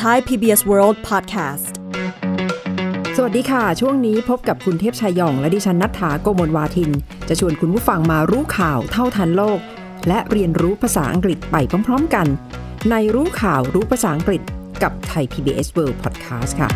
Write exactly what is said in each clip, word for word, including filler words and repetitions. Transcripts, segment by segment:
Thai พี บี เอส World Podcast สวัสดีค่ะช่วงนี้พบกับคุณเทพชัยยองและดิฉันณัฐฐา โกมลวาทินจะชวนคุณผู้ฟังมารู้ข่าวเท่าทันโลกและเรียนรู้ภาษาอังกฤษไปพร้อมๆกันในรู้ข่าวรู้ภาษาอังกฤษกับ Thai พี บี เอส World Podcast ค่ะ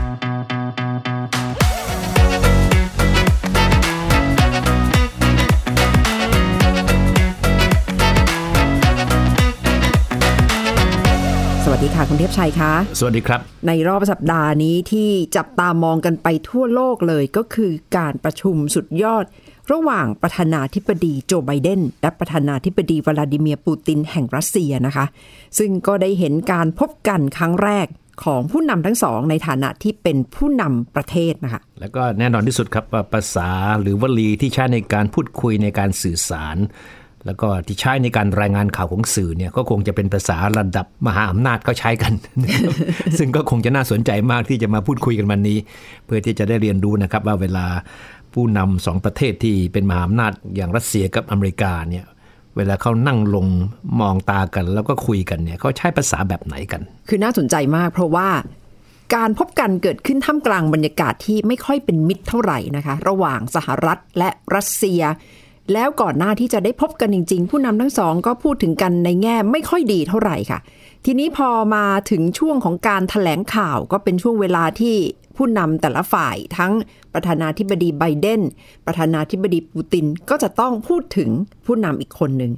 สวัสดีค่ะคุณเทพชัยคะสวัสดีครับในรอบสัปดาห์นี้ที่จับตามองกันไปทั่วโลกเลยก็คือการประชุมสุดยอดระหว่างประธานาธิบดีโจไบเดนและประธานาธิบดีวลาดิเมียร์ปูตินแห่งรัสเซียนะคะซึ่งก็ได้เห็นการพบกันครั้งแรกของผู้นำทั้งสองในฐานะที่เป็นผู้นำประเทศนะคะแล้วก็แน่นอนที่สุดครับว่าภาษาหรือวลีที่ใช้ในการพูดคุยในการสื่อสารแล้วก็ที่ใช้ในการรายงานข่าวของสื่อเนี่ยก็คงจะเป็นภาษาระดับมหาอำนาจเขาใช้กัน ซึ่งก็คงจะน่าสนใจมากที่จะมาพูดคุยกันวันนี้เพื่อที่จะได้เรียนรู้นะครับว่าเวลาผู้นำสองประเทศที่เป็นมหาอำนาจอย่างรัสเซียกับอเมริกาเนี่ยเวลาเขานั่งลงมองตากันแล้วก็คุยกันเนี่ยเขาใช้ภาษาแบบไหนกันคือน่าสนใจมากเพราะว่าการพบกันเกิดขึ้นท่ามกลางบรรยากาศที่ไม่ค่อยเป็นมิตรเท่าไหร่นะคะระหว่างสหรัฐและรัสเซียแล้วก่อนหน้าที่จะได้พบกันจริงๆผู้นำทั้งสองก็พูดถึงกันในแง่ไม่ค่อยดีเท่าไหร่ค่ะทีนี้พอมาถึงช่วงของการแถลงข่าวก็เป็นช่วงเวลาที่ผู้นำแต่ละฝ่ายทั้งประธานาธิบดีไบเดนประธานาธิบดีปูตินก็จะต้องพูดถึงผู้นำอีกคนหนึ่ง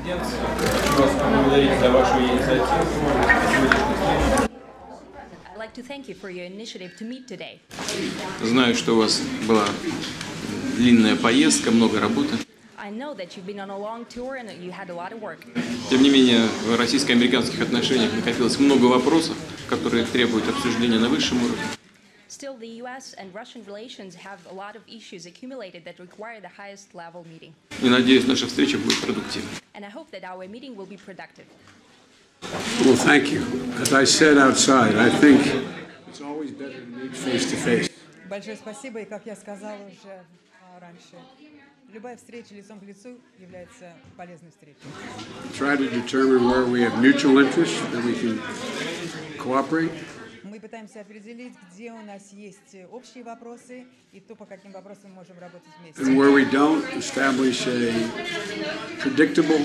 To thank you for your initiative to meet today. Знаю, что у вас была длинная поездка, много работы. I know that you've been on a long tour and you had a lot of work. Тем не менее, в российско-американских отношениях накопилось много вопросов, которые требуют обсуждения на высшем уровне. Still, the U S and Russian relations have a lot of issues accumulated that require the highest level meeting. И надеюсь, наша встреча будет продуктивной. And I hope that our meeting will be productive. Well, thank you. As I said outside, I think it's always better to meet face to face. Большое спасибо, и как я сказала уже раньше, любая встреча лицом к лицу является полезной встречей. Try to determine where we have mutual interests that we can cooperate. Мы пытаемся определить, где у нас есть общие вопросы и то, по каким вопросам мы можем работать вместе. And where we don't, establish a predictable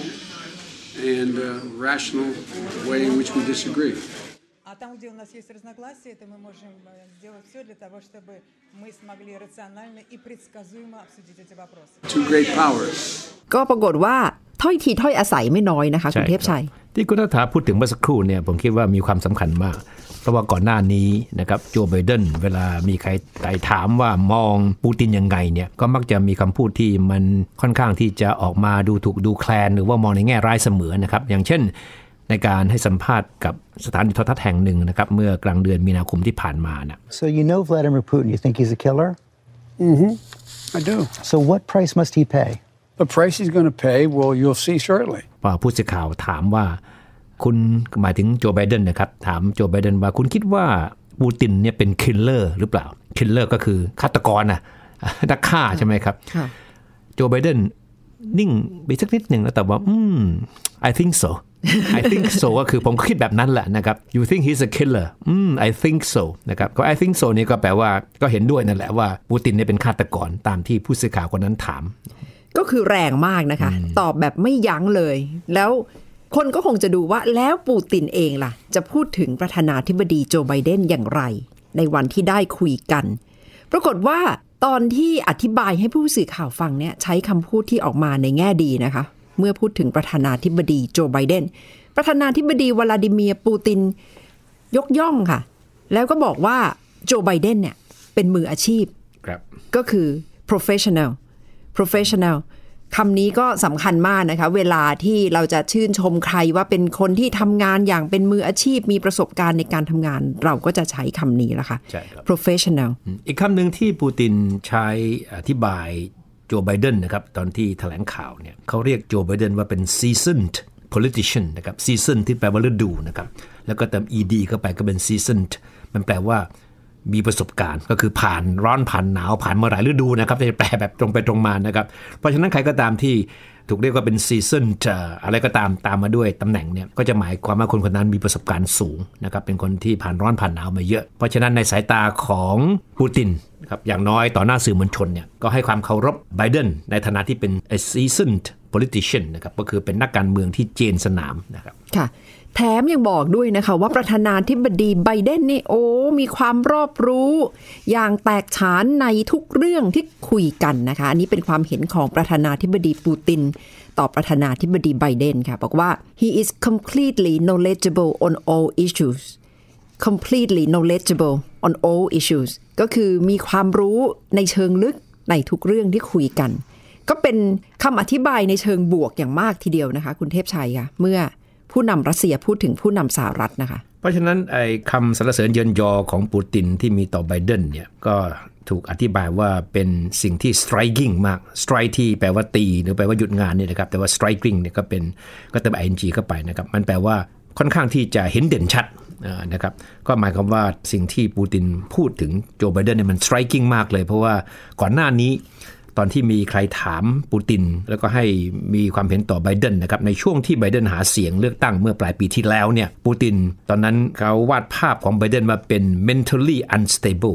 and uh, rational way in which we disagree. А там, где у нас есть разногласия, то мы можем сделать все для того, чтобы мы смогли рационально и предсказуемо обсудить эти вопросы. Two great powers. ก็ปรากฏว่าถ้อยทีถ้อยอาศัยไม่น้อยนะคะคุณเทพชัยที่คุณณัฐฐาพูดถึงเมื่อสักครู่เนี่ยผมคิดว่ามีความสำคัญมากเพราะว่าก่อนหน้านี้นะครับโจไบเดนเวลามีใครใครถามว่ามองปูตินยังไงเนี่ยก็มักจะมีคำพูดที่มันค่อนข้างที่จะออกมาดูถูกดูแคลนหรือว่ามองในแง่ร้ายเสมอนะครับอย่างเช่นในการให้สัมภาษณ์กับสถานีโทรทัศน์แห่งหนึ่งนะครับเมื่อกลางเดือนมีนาคมที่ผ่านมานะ So you know Vladimir Putin, you think he's a killer? Mm-hmm. I do. So what price must he pay? The price he's going to pay, well, you'll see shortly. ผู้สื่อข่าวถามว่าคุณหมายถึงโจไบเดนนะครับถามโจไบเดนว่าคุณคิดว่าปูตินเนี่ยเป็นคิลเลอร์หรือเปล่าคิลเลอร์ก็คือฆาตกรนะนักฆ่าใช่ไหมครับโจไบเดนนิ่งไปสักนิดหนึ่งแล้วตอบว่าอืม I think so I think so ก็คือผมคิดแบบนั้นแหละนะครับ You think he's a killer อืม I think so นะครับก็ I think so นี่ก็แปลว่าก็เห็นด้วยนั่นแหละว่าปูตินเนี่ยเป็นฆาตกรตามที่ผู้สื่อข่าวคนนั้นถามก็คือแรงมากนะคะตอบแบบไม่ยั้งเลยแล้วคนก็คงจะดูว่าแล้วปูตินเองล่ะจะพูดถึงประธานาธิบดีโจไบเดนอย่างไรในวันที่ได้คุยกันปรากฏว่าตอนที่อธิบายให้ผู้สื่อข่าวฟังเนี่ยใช้คำพูดที่ออกมาในแง่ดีนะคะเมื่อพูดถึงประธานาธิบดีโจไบเดนประธานาธิบดีวลาดิเมียร์ปูตินยกย่องค่ะแล้วก็บอกว่าโจไบเดนเนี่ยเป็นมืออาชีพก็คือ professional professional คำนี้ก็สำคัญมากนะคะเวลาที่เราจะชื่นชมใครว่าเป็นคนที่ทำงานอย่างเป็นมืออาชีพมีประสบการณ์ในการทำงานเราก็จะใช้คำนี้ละค่ะ professional อีกคำหนึ่งที่ปูตินใช้อธิบายโจไบเดนนะครับตอนที่แถลงข่าวเนี่ยเขาเรียกโจไบเดนว่าเป็น seasoned politician นะครับ season ที่แปลว่าฤดูนะครับแล้วก็เติม ed เข้าไปก็เป็น seasoned มันแปลว่ามีประสบการณ์ก็คือผ่านร้อนผ่านหนาวผ่านมาหลายฤดูนะครับจะแปลแบบตรงไปตรงมานะครับเพราะฉะนั้นใครก็ตามที่ถูกเรียกว่าเป็น seasoned อะไรก็ตามตามมาด้วยตำแหน่งเนี่ยก็จะหมายความว่าคนคนนั้นมีประสบการณ์สูงนะครับเป็นคนที่ผ่านร้อนผ่านหนาวมาเยอะเพราะฉะนั้นในสายตาของปูตินครับอย่างน้อยต่อหน้าสื่อมวลชนเนี่ยก็ให้ความเคารพไบเดนในฐานะที่เป็น a seasoned politician นะครับก็คือเป็นนักการเมืองที่เจนสนามนะครับค่ะแถมยังบอกด้วยนะคะว่าประธานาธิบดีไบเดนนี่โอ้มีความรอบรู้อย่างแตกฉานในทุกเรื่องที่คุยกันนะคะอันนี้เป็นความเห็นของประธานาธิบดีปูตินต่อประธานาธิบดีไบเดนค่ะบอกว่า he is completely knowledgeable on all issues completely knowledgeable on all issues ก็คือมีความรู้ในเชิงลึกในทุกเรื่องที่คุยกันก็เป็นคำอธิบายในเชิงบวกอย่างมากทีเดียวนะคะคุณเทพชัยค่ะเมื่อผู้นำรัสเซียพูดถึงผู้นำสหรัฐนะคะเพราะฉะนั้นไอ้คำสรรเสริญเยินยอของปูตินที่มีต่อไบเดนเนี่ยก็ถูกอธิบายว่าเป็นสิ่งที่ striking มาก strike ที่แปลว่าตีหรือแปลว่าหยุดงานเนี่ยนะครับแต่ว่า striking เนี่ยก็เป็นก็เติม ing เข้าไปนะครับมันแปลว่าค่อนข้างที่จะเห็นเด่นชัดนะครับก็หมายความว่าสิ่งที่ปูตินพูดถึงโจไบเดนเนี่ยมัน striking มากเลยเพราะว่าก่อนหน้านี้ตอนที่มีใครถามปูตินแล้วก็ให้มีความเห็นต่อไบเดนนะครับในช่วงที่ไบเดนหาเสียงเลือกตั้งเมื่อปลายปีที่แล้วเนี่ยปูตินตอนนั้นเขาวาดภาพของไบเดนมาเป็น mentally unstable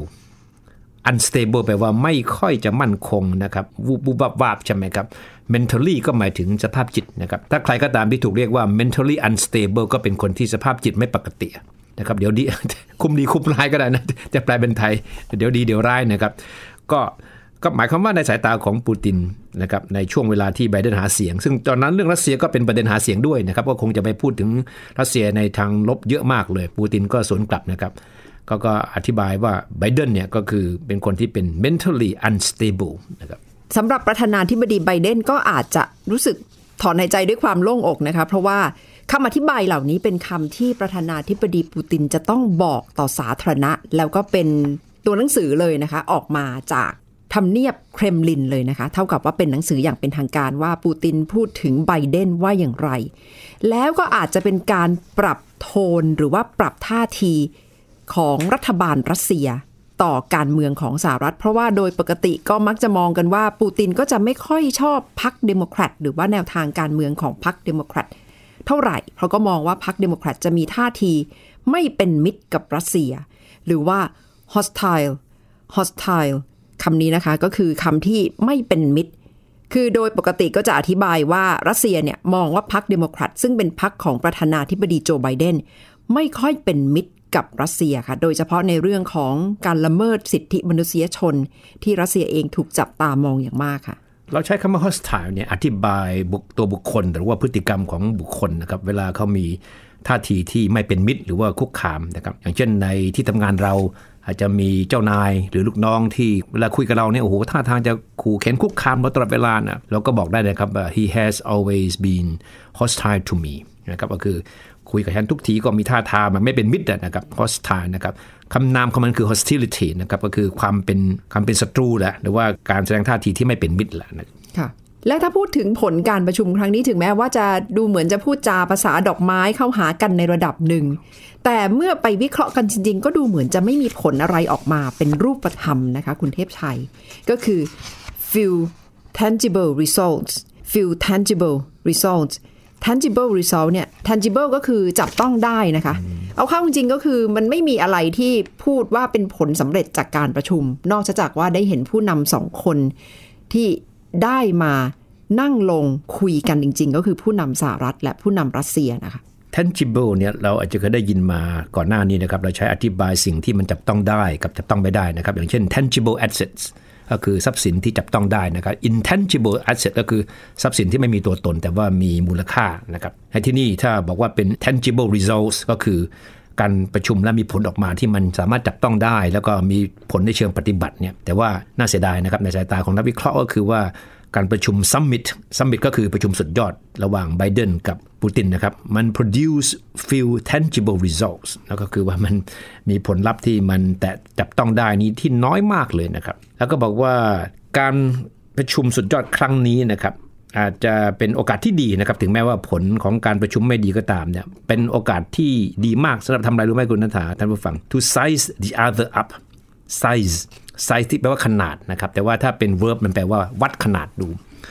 unstable แปลว่าไม่ค่อยจะมั่นคงนะครับวูบวูบวับวับใช่ไหมครับ mentally ก็หมายถึงสภาพจิตนะครับถ้าใครก็ตามที่ถูกเรียกว่า mentally unstable ก็เป็นคนที่สภาพจิตไม่ปกตินะครับเดี๋ยวดีคุมดีคุมร้ายก็ได้นะจะแปลเป็นไทยเดี๋ยวดีเดี๋ยวร้ายนะครับก็ก็หมายความว่าในสายตาของปูตินนะครับในช่วงเวลาที่ไบเดนหาเสียงซึ่งตอนนั้นเรื่องรัสเซียก็เป็นประเด็นหาเสียงด้วยนะครับก็คงจะไปพูดถึงรัสเซียในทางลบเยอะมากเลยปูตินก็สวนกลับนะครับก็ก็อธิบายว่าไบเดนเนี่ยก็คือเป็นคนที่เป็น mentally unstable นะครับสำหรับประธานาธิบดีไบเดนก็อาจจะรู้สึกถอนหายใจด้วยความโล่งอกนะคะเพราะว่าคำอธิบายเหล่านี้เป็นคำที่ประธานาธิบดีปูตินจะต้องบอกต่อสาธารณะแล้วก็เป็นตัวหนังสือเลยนะคะออกมาจากทำเนียบเครมลินเลยนะคะเท่ากับว่าเป็นหนังสืออย่างเป็นทางการว่าปูตินพูดถึงไบเดนว่าอย่างไรแล้วก็อาจจะเป็นการปรับโทนหรือว่าปรับท่าทีของรัฐบาลรัสเซียต่อการเมืองของสหรัฐเพราะว่าโดยปกติก็มักจะมองกันว่าปูตินก็จะไม่ค่อยชอบพรรคเดโมแครตหรือว่าแนวทางการเมืองของพรรคเดโมแครตเท่าไหร่เพราะก็มองว่าพรรคเดโมแครตจะมีท่าทีไม่เป็นมิตรกับรัสเซียหรือว่า hostile hostile คำนี้นะคะก็คือคำที่ไม่เป็นมิตรคือโดยปกติก็จะอธิบายว่ารัสเซียเนี่ยมองว่าพรรคเดโมแครตซึ่งเป็นพรรคของประธานาธิบดีโจไบเดนไม่ค่อยเป็นมิตรกับรัสเซียค่ะโดยเฉพาะในเรื่องของการละเมิดสิทธิมนุษยชนที่รัสเซียเองถูกจับตามองอย่างมากค่ะเราใช้คำว่า hostile เนี่ยอธิบายบุคตัวบุคคลหรือว่าพฤติกรรมของบุคคลนะครับเวลาเขามีท่าทีที่ไม่เป็นมิตรหรือว่าคุกคามนะครับอย่างเช่นในที่ทำงานเราอาจจะมีเจ้านายหรือลูกน้องที่เวลาคุยกับเราเนี่ยโอ้โหท่าทางจะขู่เข็นคุกคามเราตลอดเวลานะเราก็บอกได้นะครับว่า he has always been hostile to me นะครับก็คือคุยกับฉันทุกทีก็มีท่าทางมันไม่เป็นมิตรนะครับ hostile นะครับคำนามของมันคือ hostility นะครับก็คือความเป็นความเป็นศัตรูแหละหรือว่าการแสดงท่าทีที่ไม่เป็นมิตรแหละนะค่ะและถ้าพูดถึงผลการประชุมครั้งนี้ถึงแม้ว่าจะดูเหมือนจะพูดจาภาษาดอกไม้เข้าหากันในระดับหนึ่งแต่เมื่อไปวิเคราะห์กันจริงๆก็ดูเหมือนจะไม่มีผลอะไรออกมาเป็นรูปธรรมนะคะคุณเทพชัยก็คือ few tangible results few tangible results tangible result เนี่ย tangible ก็คือจับต้องได้นะคะเอาเข้าจริงๆก็คือมันไม่มีอะไรที่พูดว่าเป็นผลสำเร็จจากการประชุมนอกจากว่าได้เห็นผู้นำสองคนที่ได้มานั่งลงคุยกันจริงๆก็คือผู้นำสหรัฐและผู้นำรัสเซียนะคะ tangible เนี่ยเราอาจจะเคยได้ยินมาก่อนหน้านี้นะครับเราใช้อธิบายสิ่งที่มันจับต้องได้กับจับต้องไม่ได้นะครับอย่างเช่น tangible assets ก็คือทรัพย์สินที่จับต้องได้นะครับ intangible asset ก็คือทรัพย์สินที่ไม่มีตัวตนแต่ว่ามีมูลค่านะครับในที่นี่ถ้าบอกว่าเป็น tangible results ก็คือการประชุมและมีผลออกมาที่มันสามารถจับต้องได้แล้วก็มีผลในเชิงปฏิบัติเนี่ยแต่ว่าน่าเสียดายนะครับในสายตาของนักวิเคราะห์ก็คือว่าการประชุมซัมมิตซัมมิตก็คือประชุมสุดยอดระหว่างไบเดนกับปูตินนะครับมัน produce few tangible results แล้วก็คือว่ามันมีผลลัพธ์ที่มันแต่จับต้องได้นี้ที่น้อยมากเลยนะครับแล้วก็บอกว่าการประชุมสุดยอดครั้งนี้นะครับอาจจะเป็นโอกาสที่ดีนะครับถึงแม้ว่าผลของการประชุมไม่ดีก็ตามเนี่ยเป็นโอกาสที่ดีมากสำหรับทำอะไรรู้ไหมคุณนัทธาท่านผู้ฟัง to size the other up size size ที่แปลว่าขนาดนะครับแต่ว่าถ้าเป็น verb มันแปลว่าวัดขนาดดู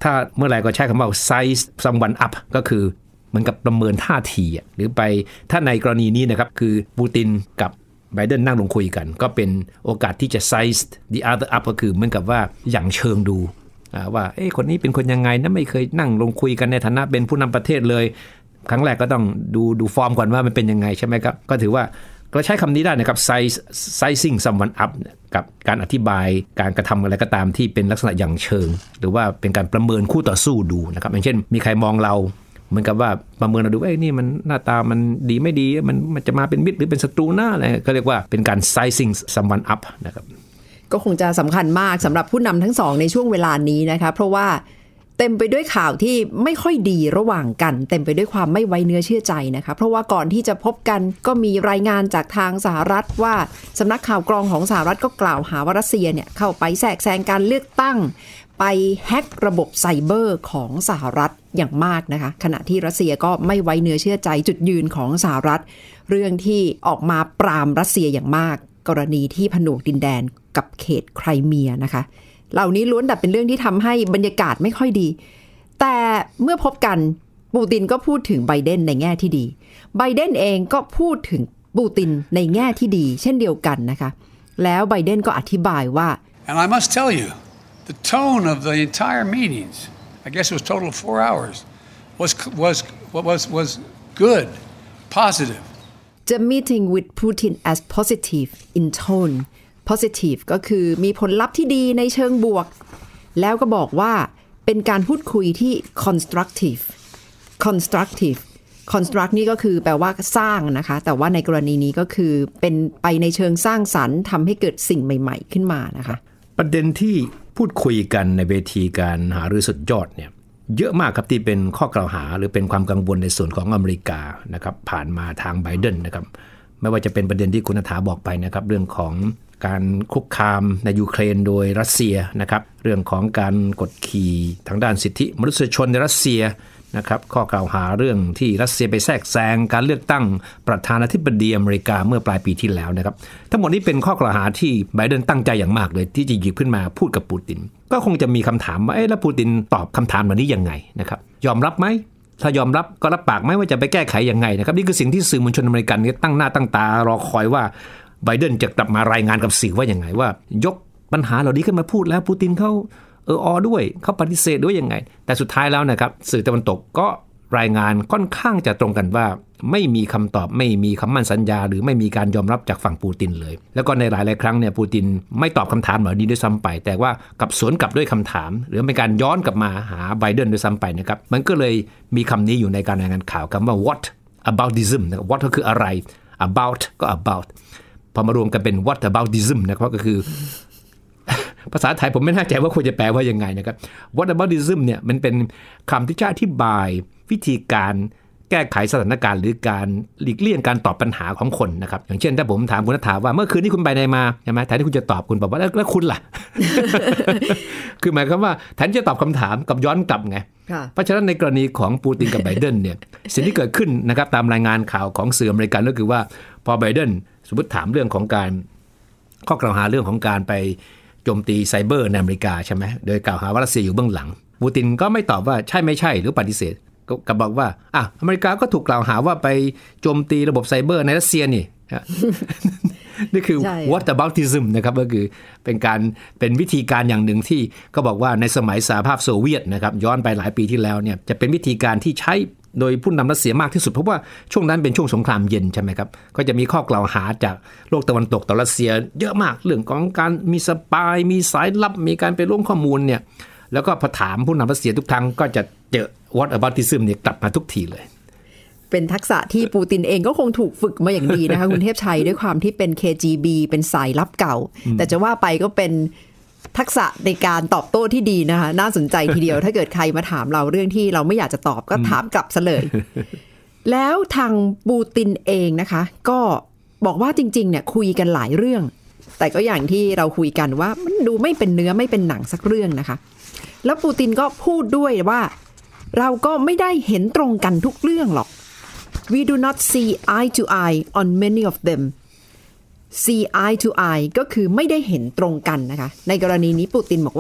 ถ้าเมื่อไหร่ก็ใช้คำว่า size someone up ก็คือเหมือนกับประเมินท่าทีหรือไปถ้าในกรณีนี้นะครับคือปูตินกับไบเดนนั่งลงคุยกันก็เป็นโอกาสที่จะ size the other up ก็คือเหมือนกับว่าอย่างเชิงดูว่าเอ้คนนี้เป็นคนยังไงนะไม่เคยนั่งลงคุยกันในฐานะเป็นผู้นำประเทศเลยครั้งแรกก็ต้องดูดูฟอร์มก่อนว่ามันเป็นยังไงใช่ไหมครับก็ถือว่าก็ใช้คำนี้ได้นะครับ size sizing someone up กับการอธิบายการกระทำอะไรก็ตามที่เป็นลักษณะอย่างเชิงหรือว่าเป็นการประเมินคู่ต่อสู้ดูนะครับอย่างเช่นมีใครมองเราเหมือนกับว่าประเมินเราดูว่าไอ้นี่มันหน้าตามันดีไม่ดีมันมันจะมาเป็นมิตรหรือเป็นศัตรูหน้าอะไรก็เรียกว่าเป็นการ sizing someone up นะครับก็คงจะสำคัญมากสำหรับผู้นำทั้งสองในช่วงเวลานี้นะคะเพราะว่าเต็มไปด้วยข่าวที่ไม่ค่อยดีระหว่างกันเต็มไปด้วยความไม่ไว้เนื้อเชื่อใจนะคะเพราะว่าก่อนที่จะพบกันก็มีรายงานจากทางสหรัฐว่าสำนักข่าวกรองของสหรัฐก็กล่าวหาว่ารัสเซียเนี่ยเข้าไปแทรกแซงการเลือกตั้งไปแฮ็กระบบไซเบอร์ของสหรัฐอย่างมากนะคะขณะที่รัสเซียก็ไม่ไว้เนื้อเชื่อใจจุดยืนของสหรัฐเรื่องที่ออกมาปรามรัสเซียอย่างมากกรณีที่ผนวกดินแดนกับเขตไครเมียนะคะเหล่านี้ล้วนแต่เป็นเรื่องที่ทำให้บรรยากาศไม่ค่อยดีแต่เมื่อพบกันปูตินก็พูดถึงไบเดนในแง่ที่ดีไบเดนเองก็พูดถึงปูตินในแง่ที่ดีเช่นเดียวกันนะคะแล้วไบเดนก็อธิบายว่า And I must tell you the tone of the entire meetings I guess it was total of four hours was was was was good positive The meeting with Putin as positive in tone positive ก็คือมีผลลัพธ์ที่ดีในเชิงบวกแล้วก็บอกว่าเป็นการพูดคุยที่ constructive constructive construct นี่ก็คือแปลว่าสร้างนะคะแต่ว่าในกรณีนี้ก็คือเป็นไปในเชิงสร้างสรรค์ทำให้เกิดสิ่งใหม่ๆขึ้นมานะคะประเด็นที่พูดคุยกันในเวทีการหารือสุดยอดเนี่ยเยอะมากครับที่เป็นข้อกล่าวหาหรือเป็นความกังวลในส่วนของอเมริกานะครับผ่านมาทางไบเดนนะครับไม่ว่าจะเป็นประเด็นที่คุณณฐาบอกไปนะครับเรื่องของการคุกคามในยูเครนโดยรัสเซียนะครับเรื่องของการกดขี่ทางด้านสิทธิมนุษยชนในรัสเซียนะครับข้อกล่าวหาเรื่องที่รัสเซียไปแทรกแซงการเลือกตั้งประธานาธิบดีอเมริกาเมื่อปลายปีที่แล้วนะครับทั้งหมดนี้เป็นข้อกล่าวหาที่ไบเดนตั้งใจอย่างมากเลยที่จะหยิบขึ้นมาพูดกับปูตินก็คงจะมีคำถามว่าเอ๊ะแล้วปูตินตอบคำถามเหล่านี้ยังไงนะครับยอมรับไหมถ้ายอมรับก็รับปากไหมว่าจะไปแก้ไขยังไงนะครับนี่คือสิ่งที่สื่อมวลชนอเมริกันตั้งหน้าตั้งตารอคอยว่าไบเดนจะกลับมารายงานกับสื่อว่าอย่างไงว่ายกปัญหาเหล่านี้ขึ้นมาพูดแล้วปูตินเขาเอออด้วยเขาปฏิเสธด้วยยังไงแต่สุดท้ายแล้วนะครับสื่อตะวันตกก็รายงานค่อนข้างจะตรงกันว่าไม่มีคำตอบไม่มีคำมั่นสัญญาหรือไม่มีการยอมรับจากฝั่งปูตินเลยแล้วก็ในหลายๆครั้งเนี่ยปูตินไม่ตอบคำถามเหล่านี้ด้วยซ้ำไปแต่ว่ากับสวนกลับด้วยคำถามหรือเป็นการย้อนกลับมาหาไบเดนด้วยซ้ำไปนะครับมันก็เลยมีคำนี้อยู่ในการรายงานข่าวคำว่า what aboutism นะครับ what ก็คืออะไร about ก็ about พอมารวมกันเป็น what aboutism นะครับก็คือ ภาษาไทยผมไม่แน่ใจว่าควรจะแปลว่ายังไงนะครับ what aboutism เนี่ยมันเป็นคำที่จะอธิบายวิธีการแก้ไขสถานการณ์หรือการหลีกเลี่ยงการตอบปัญหาของคนนะครับอย่างเช่นถ้าผมถามคุณณฐาว่าเมื่อคืนนี้คุณไปไหนมาใช่ไหมแทนที่คุณจะตอบคุณบอกว่าแล้ว, แล้วคุณล่ะ คือหมายความว่าแทนที่จะตอบคำถามกับย้อนกลับไงเพราะฉะนั้นในกรณีของปูตินกับไบเดนเนี่ย สิ่งที่เกิดขึ้นนะครับตามรายงานข่าวของสื่ออเมริกันก็คือว่าพอไบเดนสมมติถามเรื่องของการข้อกล่าวหาเรื่องของการไปโจมตีไซเบอร์ในอเมริกาใช่ไหมโดยกล่าวหาว่ารัสเซียอยู่เบื้องหลังปูตินก็ไม่ตอบว่าใช่ไม่ใช่หรือปฏิเสธก็บอกว่าอ่ะอเมริกาก็ถูกกล่าวหาว่าไปโจมตีระบบไซเบอร์ในรัสเซียนี่ นี่คือ what aboutism นะครับก็คือเป็นการเป็นวิธีการอย่างหนึ่งที่ก็บอกว่าในสมัยสหภาพโซเวียตนะครับย้อนไปหลายปีที่แล้วเนี่ยจะเป็นวิธีการที่ใช้โดยผู้นำรัสเซียมากที่สุดเพราะว่าช่วงนั้นเป็นช่วงสงครามเย็นใช่ไหมครับก็จะมีข้อกล่าวหาจากโลกตะวันตกต่อรัสเซียเยอะมากเรื่องของการมีสปายมีสายลับมีการไปล้วงข้อมูลเนี่ยแล้วก็พอถามผู้นำรัสเซียทุกครั้งก็จะเจอ what aboutism เนี่ยกลับมาทุกทีเลยเป็นทักษะที่ปูตินเองก็คงถูกฝึกมาอย่างดีนะคะ คุณเทพชัยด้วยความที่เป็น เค จี บี เป็นสายลับเก่าแต่จะว่าไปก็เป็นทักษะในการตอบโต้ที่ดีนะคะน่าสนใจทีเดียว ถ้าเกิดใครมาถามเราเรื่องที่เราไม่อยากจะตอบก็ถามกลับซะเลย แล้วทางปูตินเองนะคะก็บอกว่าจริงๆเนี่ยคุยกันหลายเรื่องแต่ก็อย่างที่เราคุยกันว่ามันดูไม่เป็นเนื้อไม่เป็นหนังสักเรื่องนะคะแล้วปูตินก็พูดด้วยว่าเราก็ไม่ได้เห็นตรงกันทุกเรื่องหรอก We do not see eye to eye on many of them see eye to eye ก็คือไม่ได้เห็นตรงกันนะคะในกรณีนี้ปูตินบอกว่า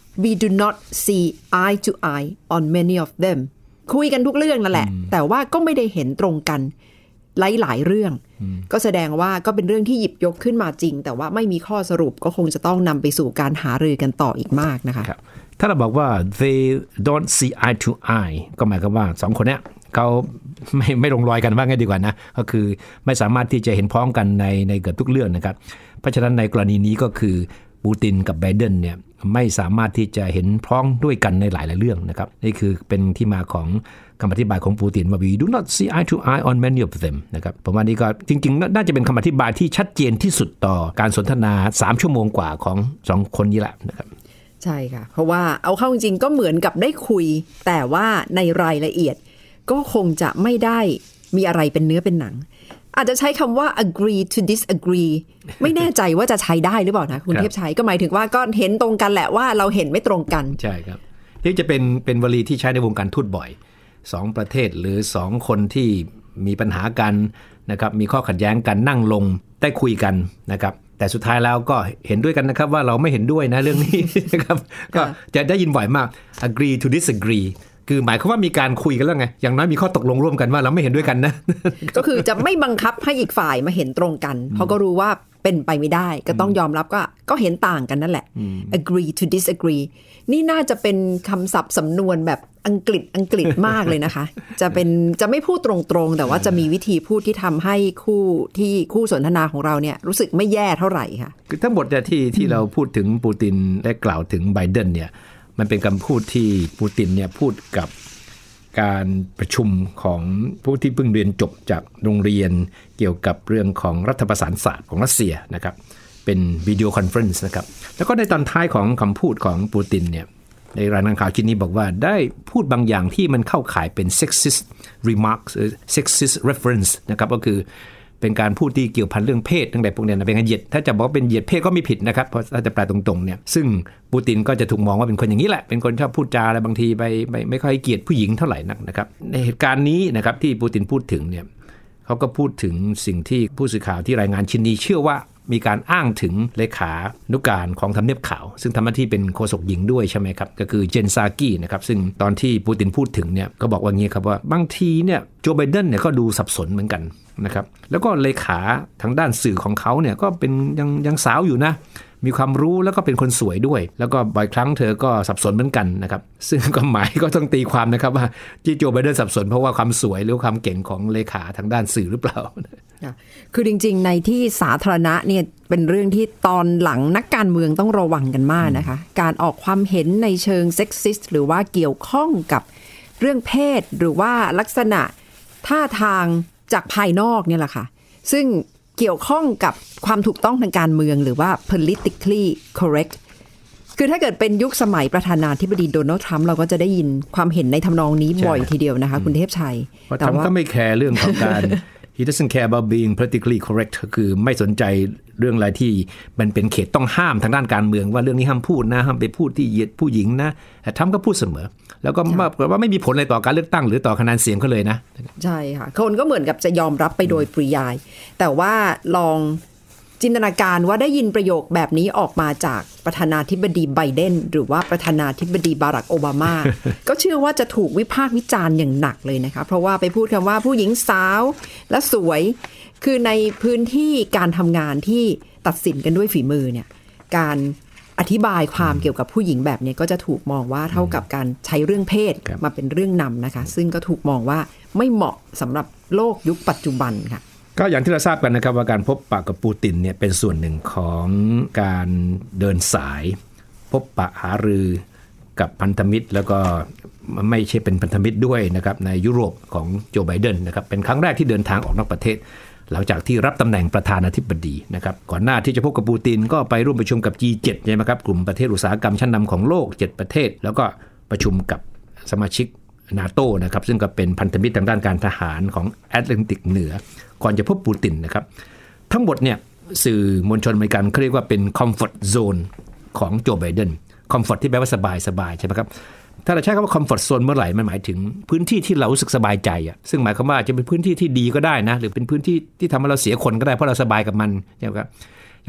we do not see eye to eye on many of them คุยกันทุกเรื่องนั่นแหละแต่ว่าก็ไม่ได้เห็นตรงกันหลายๆเรื่องก็แสดงว่าก็เป็นเรื่องที่หยิบยกขึ้นมาจริงแต่ว่าไม่มีข้อสรุปก็คงจะต้องนำไปสู่การหารือกันต่ออีกมากนะคะถ้าเราบอกว่า they don't see eye to eye ก็หมายความว่าสองคนเนี้ยเขาไม่ไม่ลงรอยกันว่าไงดีกว่านะก็คือไม่สามารถที่จะเห็นพ้องกันในในเกือบทุกเรื่องนะครับเพราะฉะนั้นในกรณีนี้ก็คือปูตินกับไบเดนเนี่ยไม่สามารถที่จะเห็นพ้องด้วยกันในหลายๆเรื่องนะครับนี่คือเป็นที่มาของคำอธิบายของปูตินว่า we do not see eye to eye on many of them นะครับผมว่านี่ก็จริงๆน่าจะเป็นคำอธิบายที่ชัดเจนที่สุดต่อการสนทนาสามชั่วโมงกว่าของสองคนนี้แหละนะครับใช่ค่ะเพราะว่าเอาเข้าจริงๆก็เหมือนกับได้คุยแต่ว่าในรายละเอียดก็คงจะไม่ได้มีอะไรเป็นเนื้อเป็นหนังอาจจะใช้คำว่า agree to disagree ไม่แน่ใจว่าจะใช้ได้หรือเปล่านะคุณเทพชัยก็หมายถึงว่าก็เห็นตรงกันแหละว่าเราเห็นไม่ตรงกันใช่ครับนี่จะเป็นเป็นวลีที่ใช้ในวงการทูตบ่อยสองประเทศหรือสองคนที่มีปัญหากันนะครับมีข้อขัดแย้งกันนั่งลงได้คุยกันนะครับแต่สุดท้ายแล้วก็เห็นด้วยกันนะครับว่าเราไม่เห็นด้วยนะเรื่องนี้นะครับก็จะได้ยินบ่อยมาก agree to disagree คือหมายความว่ามีการคุยกันแล้วไงอย่างน้อยมีข้อตกลงร่วมกันว่าเราไม่เห็นด้วยกันนะก็คือจะไม่บังคับให้อีกฝ่ายมาเห็นตรงกันเพราะก็รู้ว่าเป็นไปไม่ได้ก็ต้องยอมรับก็ก็เห็นต่างกันนั่นแหละ agree to disagree นี่น่าจะเป็นคำศัพท์สำนวนแบบอังกฤษอังกฤษมากเลยนะคะจะเป็นจะไม่พูดตรงๆแต่ว่าจะมีวิธีพูดที่ทำให้คู่ที่คู่สนทนาของเราเนี่ยรู้สึกไม่แย่เท่าไหร่ค่ะคือทั้งหมดเนี่ยที่ที่เราพูดถึงปูตินและกล่าวถึงไบเดนเนี่ยมันเป็นคำพูดที่ปูตินเนี่ยพูดกับการประชุมของผู้ที่เพิ่งเรียนจบจากโรงเรียนเกี่ยวกับเรื่องของรัฐประศาสนศาสตร์ของรัสเซียนะครับเป็นวิดีโอคอนเฟอเรนซ์นะครับแล้วก็ในตอนท้ายของคำพูดของปูตินเนี่ยในรายงานข่าวชิ้นนี้บอกว่าได้พูดบางอย่างที่มันเข้าข่ายเป็น sexist remarks sexist reference นะครับก็คือเป็นการพูดที่เกี่ยวพันเรื่องเพศตั้งแต่พวกนี้นะเป็นการเหยียดถ้าจะบอกว่าเป็นเหยียดเพศก็ไม่ผิดนะครับเพราะถ้าจะแปลตรงๆเนี่ยซึ่งปูตินก็จะถูกมองว่าเป็นคนอย่างนี้แหละเป็นคนชอบพูดจาอะไรบางทีไปไม่ไม่ค่อยเกลียดผู้หญิงเท่าไหร่นักนะครับในเหตุการณ์นี้นะครับที่ปูตินพูดถึงเนี่ยเขาก็พูดถึงสิ่งที่ผู้สื่อข่าวที่รายงานชิ้นนี้เชื่อว่ามีการอ้างถึงเลขานุการของทำเนียบขาวซึ่งทำหน้าที่เป็นโฆษกหญิงด้วยใช่ไหมครับก็คือเจนซากี้นะครับซึ่งตอนที่ปูตินพูดถึงเนี่ยก็บอกว่างี้ครับว่าบางทีเนี่ยโจไบเดนเนี่ยก็ดูสับสนเหมือนกันนะครับแล้วก็เลขาทางด้านสื่อของเขาเนี่ยก็เป็นยังยังสาวอยู่นะมีความรู้แล้วก็เป็นคนสวยด้วยแล้วก็บ่อยครั้งเธอก็สับสนเหมือนกันนะครับซึ่งก็หมายก็ต้องตีความนะครับว่าที่โจไบเดนสับสนเพราะว่าความสวยหรือความเก่งของเลขาทางด้านสื่อหรือเปล่าคือจริงๆในที่สาธารณะเนี่ยเป็นเรื่องที่ตอนหลังนักการเมืองต้องระวังกันมากนะคะการออกความเห็นในเชิงเซ็กซิสต์หรือว่าเกี่ยวข้องกับเรื่องเพศหรือว่าลักษณะท่าทางจากภายนอกเนี่ยแหละค่ะซึ่งเกี่ยวข้องกับความถูกต้องทางการเมืองหรือว่า politically correct คือถ้าเกิดเป็นยุคสมัยประธานาธิบดีโดนัลด์ทรัมป์เราก็จะได้ยินความเห็นในทำนองนี้บ่อยทีเดียวนะคะคุณเทพชัยแต่ว่าก็ไม่แคร์เรื่องของการ he doesn't care about being politically correct คือไม่สนใจเรื่องอะไรที่มันเป็นเขตต้องห้ามทางด้านการเมืองว่าเรื่องนี้ห้ามพูดนะห้ามไปพูดที่เหยียดผู้หญิงนะแต่ทรัมป์ก็พูดเสมอแล้วก็ว่าไม่มีผลอะไรต่อการเลือกตั้งหรือต่อคะแนนเสียงเขาเลยนะใช่ค่ะคนก็เหมือนกับจะยอมรับไปโดยปริยายแต่ว่าลองจินตนาการว่าได้ยินประโยคแบบนี้ออกมาจากประธานาธิบดีไบเดนหรือว่าประธานาธิบดีบารักโอบามา ก็เชื่อว่าจะถูกวิพากษ์วิจารณ์อย่างหนักเลยนะคะเพราะว่าไปพูดคำว่าผู้หญิงสาวและสวยคือในพื้นที่การทำงานที่ตัดสินกันด้วยฝีมือเนี่ยการอธิบายความเกี่ยวกับผู้หญิงแบบนี้ก็จะถูกมองว่าเท่ากับการใช้เรื่องเพศมาเป็นเรื่องนำนะคะซึ่งก็ถูกมองว่าไม่เหมาะสำหรับโลกยุคปัจจุบันค่ะก็อย่างที่เราทราบกันนะครับว่าการพบปะกับปูตินเนี่ยเป็นส่วนหนึ่งของการเดินสายพบปะหารือกับพันธมิตรแล้วก็ไม่ใช่เป็นพันธมิตรด้วยนะครับในยุโรปของโจไบเดนนะครับเป็นครั้งแรกที่เดินทางออกนอกประเทศหลังจากที่รับตำแหน่งประธานาธิบดีนะครับก่อนหน้าที่จะพบกับปูตินก็ไปร่วมประชุมกับ จี เจ็ด ใช่ไหมครับกลุ่มประเทศอุตสาหกรรมชั้นนำของโลกเจ็ดประเทศแล้วก็ประชุมกับสมาชิกNATO นะครับซึ่งก็เป็นพันธมิตรทางด้านการทหารของแอตแลนติกเหนือก่อนจะพบปูตินนะครับทั้งหมดเนี่ยสื่อมวลชนอเมริกันเขาเรียกว่าเป็นคอมฟอร์ตโซนของโจไบเดนคอมฟอร์ตที่แปลว่าสบายสบายใช่ไหมครับถ้าเราใช้คำว่าคอมฟอร์ตโซนเมื่อไหร่มันหมายถึงพื้นที่ที่เรารู้สึกสบายใจอ่ะซึ่งหมายความว่าจะเป็นพื้นที่ที่ดีก็ได้นะหรือเป็นพื้นที่ที่ทำให้เราเสียคนก็ได้เพราะเราสบายกับมันใช่ไหมครับ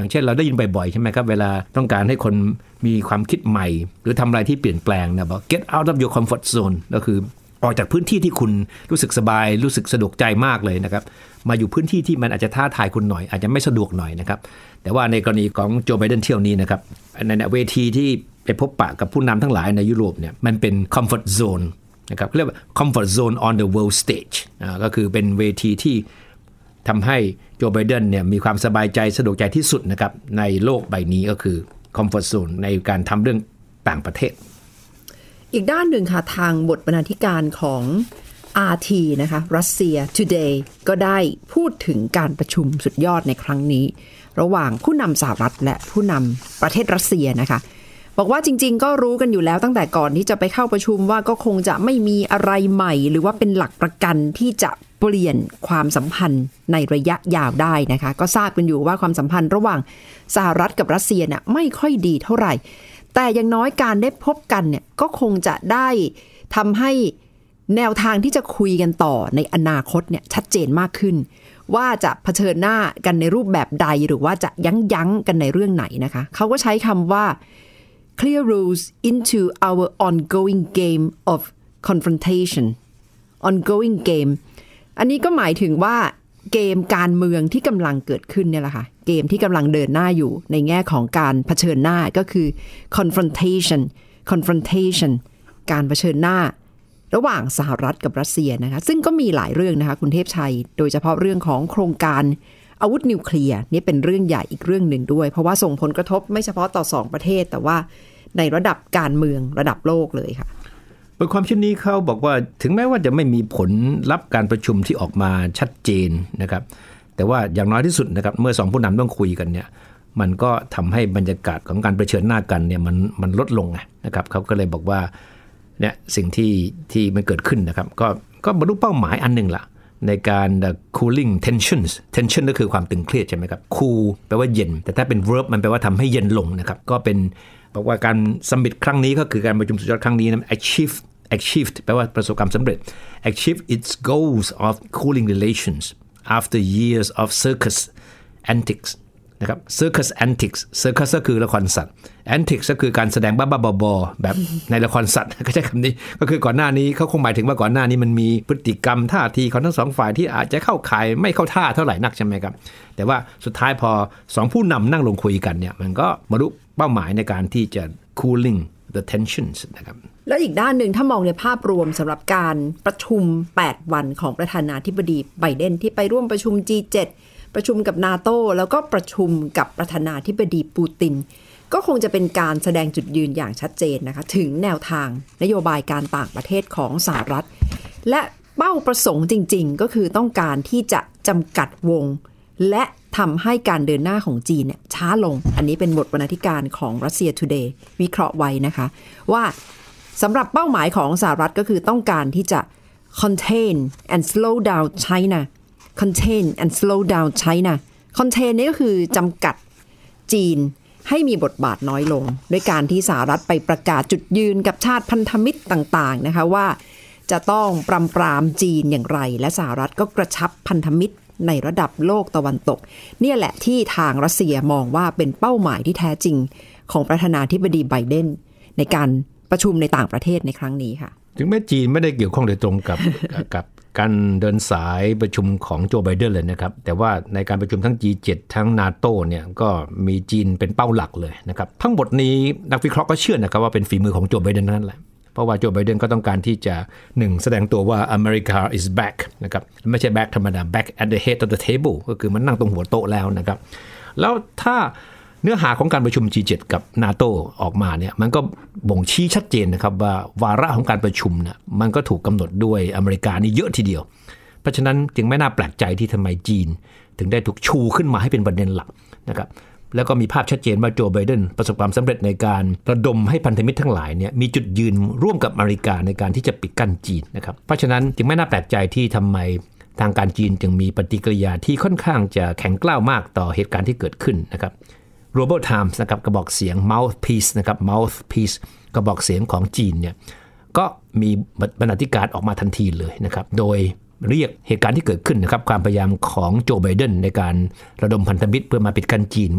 อย่างเช่นเราได้ยินบ่อยๆใช่ไหมครับเวลาต้องการให้คนมีความคิดใหม่หรือทำอะไรที่เปลี่ยนแปลงนะบอก get out of your comfort zone ก็คือออกจากพื้นที่ที่คุณรู้สึกสบายรู้สึกสะดวกใจมากเลยนะครับมาอยู่พื้นที่ที่มันอาจจะท้าทายคุณหน่อยอาจจะไม่สะดวกหน่อยนะครับแต่ว่าในกรณีของโจไบเดนเที่ยวนี้นะครับในเวทีที่ไปพบปะกับผู้นำทั้งหลายในยุโรปเนี่ยมันเป็น comfort zone นะครับเรียกว่า comfort zone on the world stage อ่าก็คือเป็นเวทีที่ทำให้โจไบเดนเนี่ยมีความสบายใจสะดวกใจที่สุดนะครับในโลกใบนี้ก็คือ comfort zone ในการทำเรื่องต่างประเทศอีกด้านหนึ่งค่ะทางบทบรรณาธิการของ อาร์ ที นะคะ Russia Today ก็ได้พูดถึงการประชุมสุดยอดในครั้งนี้ระหว่างผู้นำสหรัฐและผู้นำประเทศรัสเซียนะคะบอกว่าจริงๆก็รู้กันอยู่แล้วตั้งแต่ก่อนที่จะไปเข้าประชุมว่าก็คงจะไม่มีอะไรใหม่หรือว่าเป็นหลักประกันที่จะเปลี่ยนความสัมพันธ์ในระยะยาวได้นะคะก็ทราบกันอยู่ว่าความสัมพันธ์ระหว่างสหรัฐกับรัสเซียเนี่ยไม่ค่อยดีเท่าไหร่แต่อย่างน้อยการได้พบกันเนี่ยก็คงจะได้ทำให้แนวทางที่จะคุยกันต่อในอนาคตเนี่ยชัดเจนมากขึ้นว่าจะเผชิญหน้ากันในรูปแบบใดหรือว่าจะยั้งยั้งกันในเรื่องไหนนะคะเขาก็ใช้คำว่า clear rules into our ongoing game of confrontation ongoing game อันนี้ก็หมายถึงว่าเกมการเมืองที่กำลังเกิดขึ้นเนี่ยแหละค่ะเกมที่กำลังเดินหน้าอยู่ในแง่ของการเผชิญหน้าก็คือ confrontation confrontation การเผชิญหน้าระหว่างสหรัฐกับรัสเซียนะคะซึ่งก็มีหลายเรื่องนะคะคุณเทพชัยโดยเฉพาะเรื่องของโครงการอาวุธนิวเคลียร์นี่เป็นเรื่องใหญ่อีกเรื่องหนึ่งด้วยเพราะว่าส่งผลกระทบไม่เฉพาะต่อสองประเทศแต่ว่าในระดับการเมืองระดับโลกเลยค่ะบทความชิ้นนี้เขาบอกว่าถึงแม้ว่าจะไม่มีผลลัพธ์การประชุมที่ออกมาชัดเจนนะครับแต่ว่าอย่างน้อยที่สุดนะครับเมื่อสองผู้นำต้องคุยกันเนี่ยมันก็ทำให้บรรยากาศของการเผชิญหน้ากันเนี่ยมันมันลดลงนะครับเขาก็เลยบอกว่าเนี่ยสิ่งที่ที่มันเกิดขึ้นนะครับก็ก็บรรลุเป้าหมายอันหนึ่งละในการ cooling tensions tension ก็คือความตึงเครียดใช่ไหมครับ cool แปลว่าเย็นแต่ถ้าเป็น verb มันแปลว่าทำให้เย็นลงนะครับก็เป็นบอกว่าการซัมมิตครั้งนี้ก็คือการประชุมสุดยอดครั้งนี้นะ achieve achieved แปลว่าประสบความสำเร็จ achieve its goals of cooling relations after years of circus antics นะครับ circus antics circus ก็คือละครสัตว์ antics ก็คือการแสดงบ้าๆบอๆแบบในละครสัตว์ก็ใช้คำนี้ก็คือก่อนหน้านี้เขาคงหมายถึงว่าก่อนหน้านี้มันมีพฤติกรรมท่าทีของทั้งสองฝ่ายที่อาจจะเข้าข่ายไม่เข้าท่าเท่าไหร่นักใช่ไหมครับแต่ว่าสุดท้ายพอสองผู้นำนั่งลงคุยกันเนี่ยมันก็บรรลุเป้าหมายในการที่จะ cooling the tensions นะครับแล้วอีกด้านหนึ่งถ้ามองในภาพรวมสำหรับการประชุมแปดวันของประธานาธิบดีไบเดนที่ไปร่วมประชุม จี เจ็ด ประชุมกับ NATO แล้วก็ประชุมกับประธานาธิบดีปูตินก็คงจะเป็นการแสดงจุดยืนอย่างชัดเจนนะคะถึงแนวทางนโยบายการต่างประเทศของสหรัฐและเป้าประสงค์จริงๆก็คือต้องการที่จะจำกัดวงและทำให้การเดินหน้าของจีนเนี่ยช้าลงอันนี้เป็นบทบรรณาธิการของ Russia Today วิเคราะห์ไว้นะคะว่าสำหรับเป้าหมายของสหรัฐก็คือต้องการที่จะ contain and slow down China contain and slow down China contain นี่ก็คือจำกัดจีนให้มีบทบาทน้อยลงด้วยการที่สหรัฐไปประกาศจุดยืนกับชาติพันธมิตรต่างๆนะคะว่าจะต้องปรามปรามจีนอย่างไรและสหรัฐก็กระชับพันธมิตรในระดับโลกตะวันตกเนี่ยแหละที่ทางรัสเซียมองว่าเป็นเป้าหมายที่แท้จริงของประธานาธิบดีไบเดนในการประชุมในต่างประเทศในครั้งนี้ค่ะถึงแม้จีนไม่ได้เกี่ยวข้องโดยตรงกับ กับการเดินสายประชุมของโจไบเดนเลยนะครับแต่ว่าในการประชุมทั้ง จี เจ็ด ทั้ง NATO เนี่ยก็มีจีนเป็นเป้าหลักเลยนะครับทั้งหมดนี้นักวิเคราะห์ก็เชื่อนะครับว่าเป็นฝีมือของโจไบเดนนั่นแหละเพราะว่าโจไบเดนก็ต้องการที่จะหนึ่งแสดงตัวว่า America is back นะครับไม่ใช่ back ธรรมดา back at the head of the table ก็คือมันนั่งตรงหัวโต๊ะแล้วนะครับแล้วถ้าเนื้อหาของการประชุม จี เจ็ด กับ NATO ออกมาเนี่ยมันก็บ่งชี้ชัดเจนนะครับว่าวาระของการประชุมเนี่ยมันก็ถูกกำหนดด้วยอเมริกานี่เยอะทีเดียวเพราะฉะนั้นจึงไม่น่าแปลกใจที่ทำไมจีนถึงได้ถูกชูขึ้นมาให้เป็นประเด็นหลักนะครับแล้วก็มีภาพชัดเจนว่าโจไบเดนประสบความสำเร็จในการระดมให้พันธมิตรทั้งหลายเนี่ยมีจุดยืนร่วมกับอเมริกาในการที่จะปิดกั้นจีนนะครับเพราะฉะนั้นจึงไม่น่าแปลกใจที่ทำไมทางการจีนจึงมีปฏิกิริยาที่ค่อนข้างจะแข็งกร้าวมากต่อเหตุการณ์ที่เกิดขึ้นนะครับGlobal Times นะครับกระบอกเสียง mouthpiece นะครับ mouthpiece กระบอกเสียงของจีนเนี่ยก็มีบรรณาธิการออกมาทันทีเลยนะครับโดยเรียกเหตุการณ์ที่เกิดขึ้นนะครับความพยายามของโจไบเดนในการระดมพันธมิตรเพื่อมาปิดกั้นจีน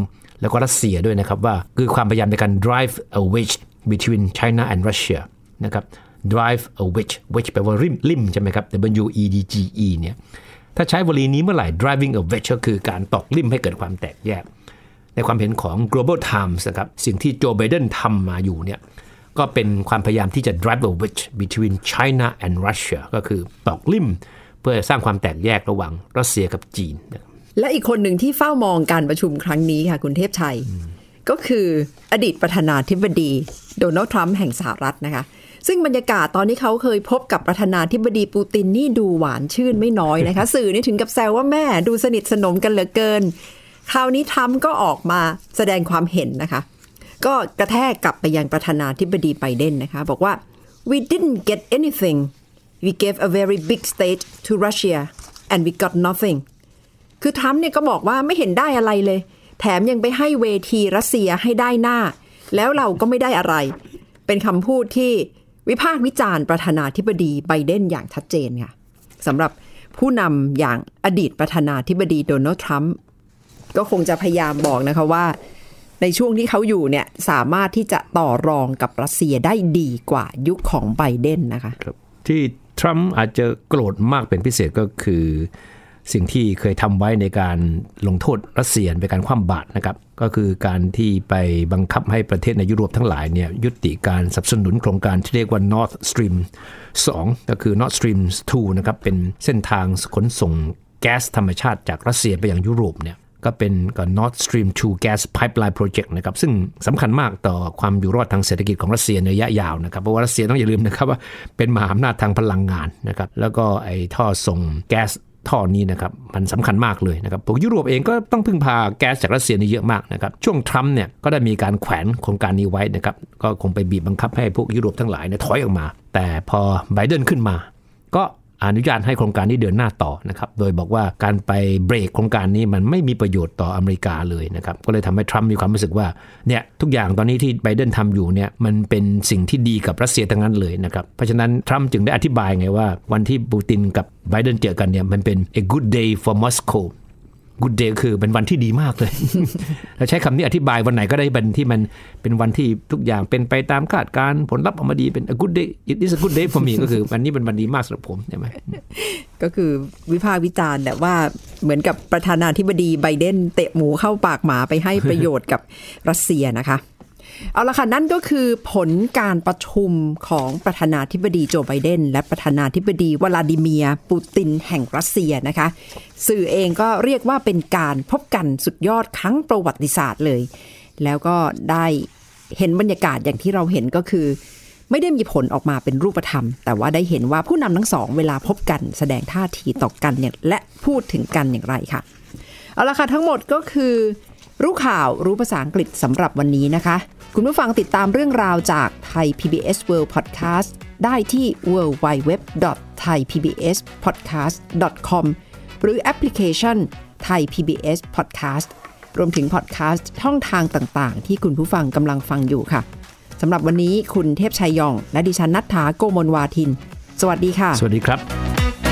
แล้วก็รัสเซียด้วยนะครับว่าคือความพยายามในการ drive a wedge between China and Russia นะครับ drive a wedge wedge แปลว่าริมริมใช่ไหมครับ W E D G E เนี่ยถ้าใช้วลีนี้เมื่อไหร่ driving a wedge ก็คือการตอกริมให้เกิดความแตกแยกในความเห็นของ Global Times นะครับสิ่งที่โจไบเดนทำมาอยู่เนี่ยก็เป็นความพยายามที่จะ drive a wedge between China and Russia ก็คือตอกริมเพื่อสร้างความแตกแยกระหว่างรัสเซียกับจีนและอีกคนหนึ่งที่เฝ้ามองการประชุมครั้งนี้ค่ะคุณเทพชัยก็คืออดีตประธานาธิบดีโดนัลด์ทรัมป์แห่งสหรัฐนะคะซึ่งบรรยากาศตอนที่เขาเคยพบกับประธานาธิบดีปูตินนี่ดูหวานชื่นไม่น้อยนะคะ สื่อนี่ถึงกับแซวว่าแม่ดูสนิทสนมกันเหลือเกินคราวนี้ทรัมป์ก็ออกมาแสดงความเห็นนะคะก็กระแทกกลับไปยังประธานาธิบดีไบเดนนะคะบอกว่า we didn't get anything we gave a very big stage to Russia and we got nothing คือทรัมป์เนี่ยก็บอกว่าไม่เห็นได้อะไรเลยแถมยังไปให้เวทีรัสเซียให้ได้หน้าแล้วเราก็ไม่ได้อะไรเป็นคำพูดที่วิพากษ์วิจารณ์ประธานาธิบดีไบเดนอย่างชัดเจนค่ะสำหรับผู้นำอย่างอดีตประธานาธิบดีโดนัลด์ทรัมป์ก็คงจะพยายามบอกนะคะว่าในช่วงที่เขาอยู่เนี่ยสามารถที่จะต่อรองกับรัสเซียได้ดีกว่ายุคของไบเดนนะคะครับที่ทรัมป์อาจจะโกรธมากเป็นพิเศษก็คือสิ่งที่เคยทำไว้ในการลงโทษรัสเซียเป็นการคว่ำบาตรนะครับก็คือการที่ไปบังคับให้ประเทศในยุโรปทั้งหลายเนี่ยยุติการสนับสนุนโครงการที่เรียกว่า Nord Stream สองก็คือ Nord Stream ทูนะครับเป็นเส้นทางขนส่งแก๊สธรรมชาติจากรัสเซียไปยังยุโรปเนี่ยก็เป็นกับ Nord Stream ทู Gas Pipeline Project นะครับซึ่งสำคัญมากต่อความอยู่รอดทางเศรษฐกิจของรัสเซียในระยะยาวนะครับเพราะว่ารัสเซียต้องอย่าลืมนะครับว่าเป็นมหาอำนาจทางพลังงานนะครับแล้วก็ไอ้ท่อส่งแก๊สท่อนี้นะครับมันสำคัญมากเลยนะครับพวกยุโรปเองก็ต้องพึ่งพาแก๊สจากรัสเซียนี่เยอะมากนะครับช่วงทรัมป์เนี่ยก็ได้มีการแขวนโครงการนี้ไว้นะครับก็คงไปบีบบังคับให้พวกยุโรปทั้งหลายเนี่ยถอยออกมาแต่พอไบเดนขึ้นมาก็อนุญาตให้โครงการนี้เดินหน้าต่อนะครับโดยบอกว่าการไปเบรกโครงการนี้มันไม่มีประโยชน์ต่ออเมริกาเลยนะครับก็เลยทำให้ทรัมป์มีความรู้สึกว่าเนี่ยทุกอย่างตอนนี้ที่ไบเดนทำอยู่เนี่ยมันเป็นสิ่งที่ดีกับรัสเซียทั้งนั้นเลยนะครับเพราะฉะนั้นทรัมป์จึงได้อธิบายไงว่าวันที่ปูตินกับไบเดนเจอกันเนี่ยมันเป็น a good day for Moscow good day คือเป็นวันที่ดีมากเลย เราใช้คำนี้อธิบายวันไหนก็ได้เป็นที่มันเป็นวันที่ทุกอย่างเป็นไปตามคาดการผลลัพธ์ออกมาดีเป็น a good day it is a good day for me ก็คือวันนี้เป็นวันดีมากสำหรับผมใช่ไหมก็คือวิพากษ์วิจารณ์แต่ว่าเหมือนกับประธานาธิบดีไบเดนเตะหมูเข้าปากหมาไปให้ประโยชน์กับรัสเซียนะคะเอาละค่ะนั่นก็คือผลการประชุมของประธานาธิบดีโจไบเดนและประธานาธิบดีวลาดิเมียร์ปูตินแห่งรัสเซียนะคะสื่อเองก็เรียกว่าเป็นการพบกันสุดยอดครั้งประวัติศาสตร์เลยแล้วก็ได้เห็นบรรยากาศอย่างที่เราเห็นก็คือไม่ได้มีผลออกมาเป็นรูปธรรมแต่ว่าได้เห็นว่าผู้นำทั้งสองเวลาพบกันแสดงท่าทีต่อกันเนี่ยและพูดถึงกันอย่างไรค่ะเอาละค่ะทั้งหมดก็คือรู้ข่าวรู้ภาษาอังกฤษสำหรับวันนี้นะคะคุณผู้ฟังติดตามเรื่องราวจากไทย พี บี เอส World Podcast ได้ที่ ดับเบิลยู ดับเบิลยู ดับเบิลยู ดอท ไทย พี บี เอส พอดแคสต์ ดอท คอม หรือแอปพลิเคชัน Thai พี บี เอส Podcast รวมถึงพอดแคสต์ช่องทางต่างๆที่คุณผู้ฟังกำลังฟังอยู่ค่ะสำหรับวันนี้คุณเทพชัยยองและดิฉันณัฐฐา โกมลวาทินสวัสดีค่ะสวัสดีครับ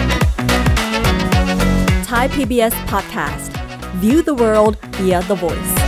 Thai พี บี เอส Podcast View the world via the voice